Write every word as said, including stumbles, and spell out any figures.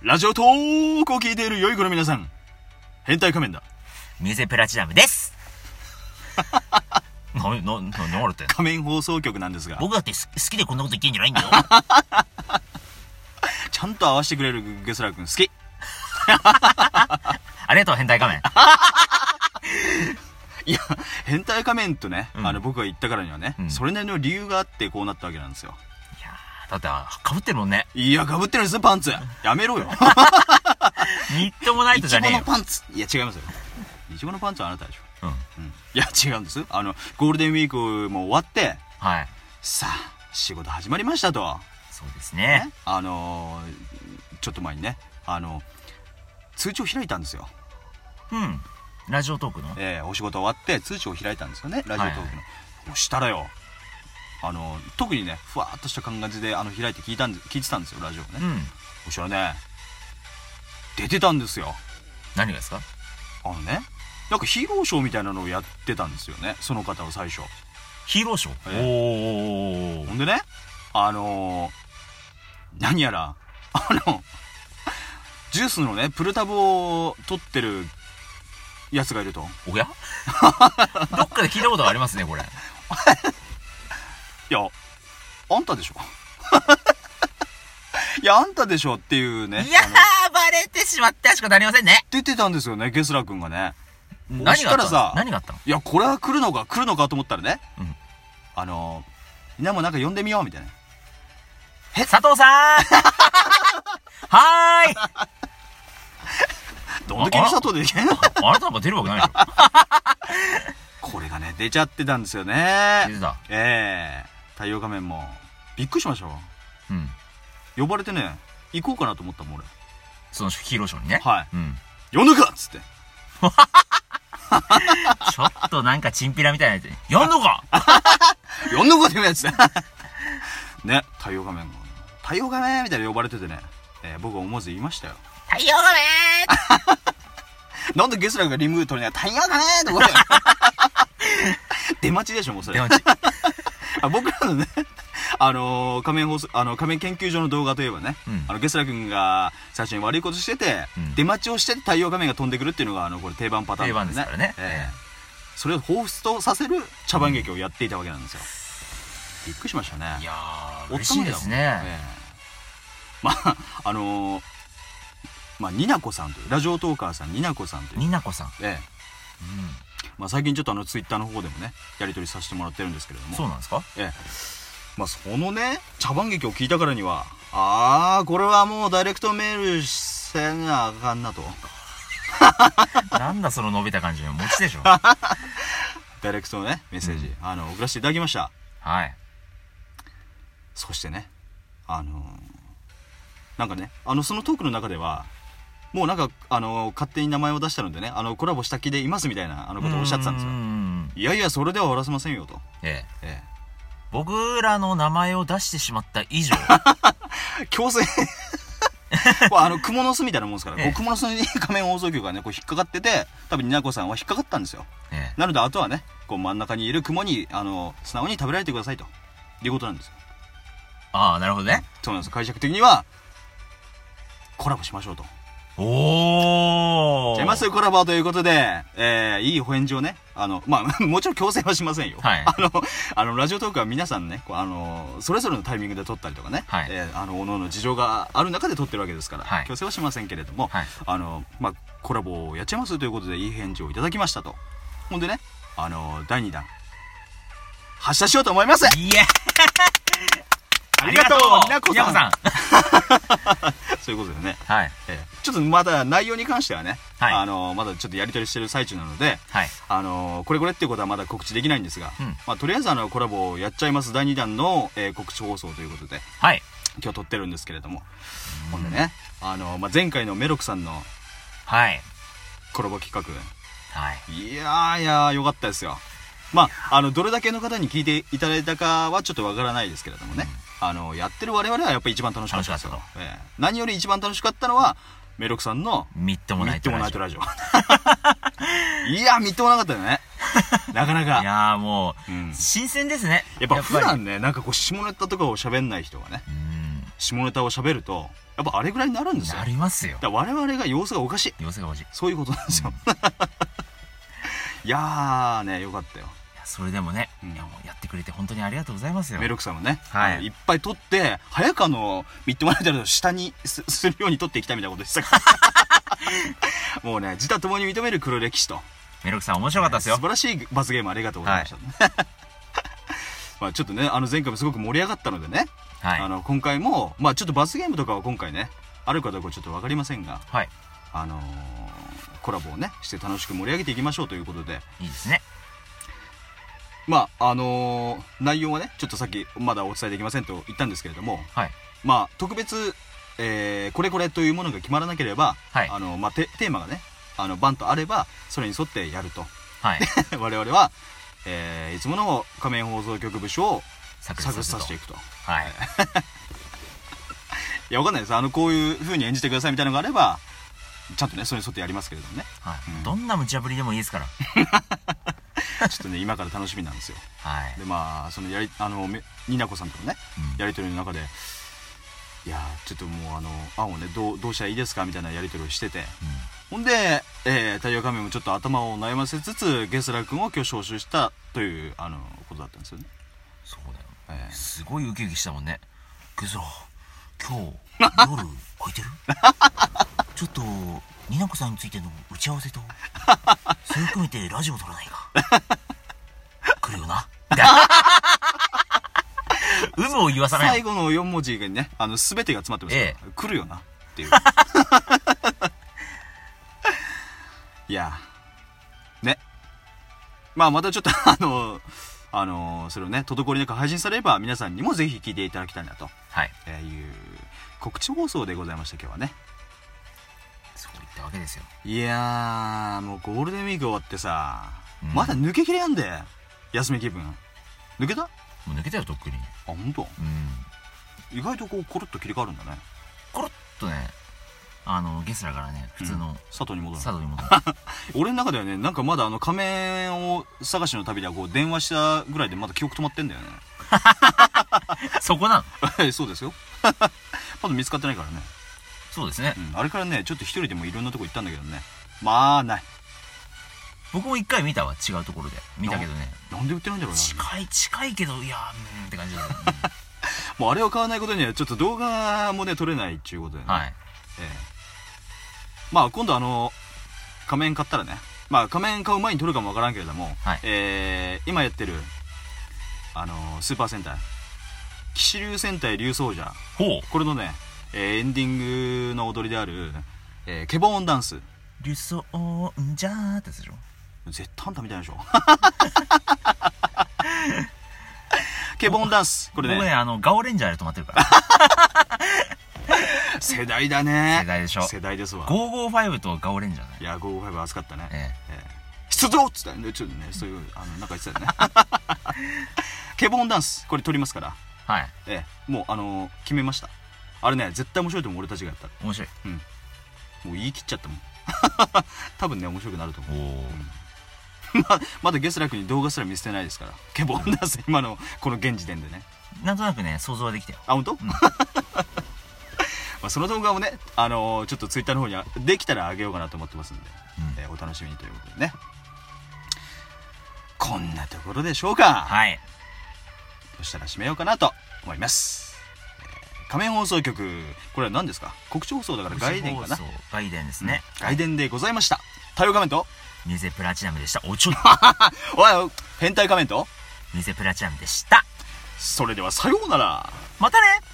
ラジオトークを聞いている良い子の皆さん、変態仮面だミューゼプラチナムです。な、な、な、な、笑ってんの？ 仮面放送局なんですが、 僕だって好きでこんなこと言ってんじゃないんだよ。 ちゃんと合わせてくれるゲスラー君好き。 ありがとう、変態仮面。 いや、変態仮面とね、 うん、 あの僕が言ったからにはね、うん、それなりの理由があってこうなったわけなんですよ。 いやー、だってかぶってるもんね。いや、かぶってるんですよ、パンツ。やめろよ。 みっともないとじゃねえよ。 いちごのパンツ。いや、違いますよ。いちごのパンツはあなたでしょ。 うん。うん、 いや、違うんです。あの、ゴールデンウィークも終わって、 はい。 さあ、仕事始まりましたと。 そうですね。ね、 あのー、ちょっと前にね、あの、通知を開いたんですよ。 うん。ラジオトークのえー、お仕事終わって通知を開いたんですよね、ラジオトークの。はいはい、そしたらよ、あの、特にね、ふわーっとした感じであの開いて聞いたんで、聞いてたんですよ、ラジオをね。うん。そしたらね、出てたんですよ。 何がですか？ あのね、なんかヒーローショーみたいなのをやってたんですよね、その方は最初。 ヒーローショー、えー、 おー。ほんでね、あのー、何やら、あの、ジュースのね、プルタブを取ってるやつがいると。 おやどっかで聞いたことがありますね、これ。いや、あんたでしょ。いや、あんたでしょっていうね。 いやー、バレてしまってしかなりませんね。 出てたんですよね、ゲスラ君がね。 何があったの？さ、何があったの？ いや、これは来るのか、来るのかと思ったらね。うん。あのー、みんなもなんか呼んでみよう、みたいな。 え、佐藤さーんはーいどんだけに佐藤でいけんの？ あなたなんか出るわけないでしょ。 これがね、出ちゃってたんですよね。 出てた。 ええー、太陽仮面も。びっくりしましたわ。うん。呼ばれてね、行こうかなと思ったもん、俺。 そのヒーローショーにね。 はい。うん。呼んどくかっつって。 ちょっとなんかチンピラみたいなやつ。呼んどか呼んどかっていうやつだ。ね、太陽仮面が。太陽仮面みたいな呼ばれててね、えー、僕は思わず言いましたよ。太陽仮面なんでゲスラーがリムー取りながら太陽仮面ってこと出待ちでしょ、もうそれ。出待ち。あ、僕らのね、あのー、仮面放送、あの、仮面研究所の動画といえばね、うん、あの、ゲスラー君が最初に悪いことしてて、うん、出待ちをして太陽仮面が飛んでくるっていうのが、あの、これ定番パターン定番ですからね。 えー、それを彷彿とさせる茶番劇をやっていたわけなんですよ。うん、びっくりしましたね。 いやー、嬉しいですね。えーまあ、あのー、まあ、ニナコさんという、ラジオトーカーさん、ニナコさんという。 ニナコさん。 ええ。うん。まあ、最近ちょっとあの、ツイッターの方でもね、やり取りさせてもらってるんですけれども。 そうなんですか？ ええ。まあ、そのね、茶番劇を聞いたからには、あー、これはもうダイレクトメールせなあかんなと。 なんだその伸びた感じの持ちでしょ。 ダイレクトのね、メッセージ、うん、あの、送らせていただきました。 はい。 そしてね、あのー、なんかね、あの、そのトークの中では、もうなんか、あの、勝手に名前を出したのでね、あの、コラボした気でいますみたいな、あのことをおっしゃってたんですよ。いやいや、それでは終わらせませんよと。ええ。ええ。 僕らの名前を出してしまった以上。 強制。あの、蜘蛛の巣みたいなもんですから、ええ、蜘蛛の巣に仮面放送局がね、こう引っかかってて、多分、ニナコさんは引っかかったんですよ。ええ。なので、あとはね、こう真ん中にいる蜘蛛に、あの、素直に食べられてくださいと。いうことなんですよ。 ああ、なるほどね。 そうなんです。解釈的には、コラボしましょうと。 おー。 じゃあ、まずコラボということで、えー、いいお返事をね、あの、まあ、もちろん強制はしませんよ。はい。あの、あの、ラジオトークは皆さんね、こうあの、それぞれのタイミングで撮ったりとかね、はい。えー、あの、各々事情がある中で撮ってるわけですから、はい。強制はしませんけれども、はい。あの、まあ、コラボをやっちゃいますということで、いい返事をいただきましたと。ほんでね、あの、だいにだん、発射しようと思います。 いやありがとう、ニナコさん。 さんそういうことでね。 はい。 えー、ちょっとまだ内容に関してはね、はい、あのー、まだちょっとやり取りしてる最中なので、はい、あのー、これこれっていうことはまだ告知できないんですが、うん、まあ、とりあえずあの、コラボをやっちゃいますだいにだんの、えー、告知放送ということで、はい。今日撮ってるんですけれども、ほんでね、あのー、まあ、前回のメロクさんの、はい。コラボ企画。はい。いやーいやー、よかったですよ。まあ、あの、どれだけの方に聞いていただいたかはちょっとわからないですけれどもね。うん、あの、やってる我々はやっぱり一番楽しかったですよ。ええ、何より一番楽しかったのは、メロクさんの、 みっともないとラジオ。 ラジオ。いや、みっともなかったよね。なかなか。 いやーもう、うん、新鮮ですね。 やっぱ普段ね、なんかこう、下ネタとかを喋んない人がね、 下ネタを喋るとやっぱあれぐらいになるんですよ。 なりますよ。 だから我々が様子がおかしい。 様子がおかしい。 そういうことなんですよ。うん、いやーね、よかったよ。 いやそれでもね、うん、いやもうやってくれて本当にありがとうございますよ。 メロクさんもね、 はい、 いっぱい撮って早川のみっともないだろう下に す, するように撮っていきたいみたいなことでしたからもうね、自他ともに認める黒歴史と。 メロクさん面白かったですよ。 素晴らしい罰ゲームありがとうございました、はい、まあちょっとね、あの前回もすごく盛り上がったのでね、はい、あの今回もまあちょっと罰ゲームとかは今回ねあるかどうかちょっと分かりませんが、はい、あのー、コラボをねして楽しく盛り上げていきましょうということで。 いいですね。 まああのー、内容はねちょっとさっきまだお伝えできませんと言ったんですけれども、はい、まあ特別、えー、これこれというものが決まらなければ、はい、あのまあ、テ, テーマがねあのバンとあればそれに沿ってやると、はい、我々は、えー、いつもの仮面放送局部署を作成させていくと。はいいやわかんないです。あのこういう風に演じてくださいみたいなのがあればちゃんとねそれに沿ってやりますけれどもね、 はい、うん、どんな無茶ぶりでもいいですからちょっとね今から楽しみなんですよ。はい、でまあそのやりあのになこさんとのね、うん、やり取りの中でいやちょっともうあの案をねどうどうしたらいいですかみたいなやり取りをしてて、うん、ほんで、えー、太陽仮面もちょっと頭を悩ませつつゲスラ君を今日招集したというあのことだったんですよね。 そうだよ、えー、すごいウキウキしたもんね。ゲスラ今日夜空いてるちょっとになこさんについての打ち合わせとそれ含めてラジオ撮らないか来るよな有無を言わさない。 最後のよん文字がねあの全てが詰まってますから、ええ、来るよなっていういやね、まあまたちょっとあのあのー、それをね滞りなく配信されれば皆さんにもぜひ聞いていただきたいなと、はい、えー、いう告知放送でございました今日はね。 そういったわけですよ。 いやーもうゴールデンウィーク終わってさ、うん、まだ抜けきれやんで休み気分抜けた？ もう抜けたよとっくに。あ本当？うん。意外とこうコロッと切り替わるんだね。 コロッとね。あのゲスラからね普通の、うん、 佐藤に戻る佐藤に戻る俺の中ではねなんかまだあの仮面を探しの旅ではこう電話したぐらいでまだ記憶止まってんだよねそこなのそうですよまだ見つかってないからね。 そうですね、 うん、あれからねちょっと一人でもいろんなとこ行ったんだけどねまあない。 僕も一回見たわ違うところで見たけどね。 なんで売ってないんだろうな。 近い近いけどいやーうんって感じだ、ね、 もうあれを買わないことにはちょっと動画もね撮れないっていうことでね。はい、ええまあ今度あの仮面買ったらねまあ仮面買う前に撮るかもわからんけれども、はい、えー、今やってるあのスーパー戦隊騎士流戦隊竜奏者これのね、えー、エンディングの踊りである、えー、ケボーンダンス竜奏者ってやつでしょ。 絶対あんたみたいでしょケボーンダンスこれね僕ねあのガオレンジャーで止まってるから世代だね。 世代でしょ。 世代ですわ。 ごーごーごーとガオレンジャーね。 いやごーごーごー熱かったね。ええええ、出動っつったねちょっとねそういうあのなんか言ってたよねケボーンダンスこれ撮りますから。はい。ええもうあのー、決めました。あれね絶対面白いと思う俺たちがやったら。 面白い。 うん。もう言い切っちゃったもん多分ね面白くなると思う。おお。うん、ま, まだゲスラ君に動画すら見せてないですからケボーンダンス今のこの現時点でね。 なんとなくね想像はできたよ。 あ本当？うんまあその動画をね、あのー、ちょっとツイッターの方にはできたらあげようかなと思ってますんで、うんえー、お楽しみにということでね。こんなところでしょうか。はい。そしたら締めようかなと思います。えー、仮面放送局これは何ですか？告知放送だから外伝かな。 外伝ですね、 うん、外伝でございました。太陽仮面とミュゼプラチナムでした。おちょおい変態仮面とミュゼプラチナムでした。 それではさようなら。 またね。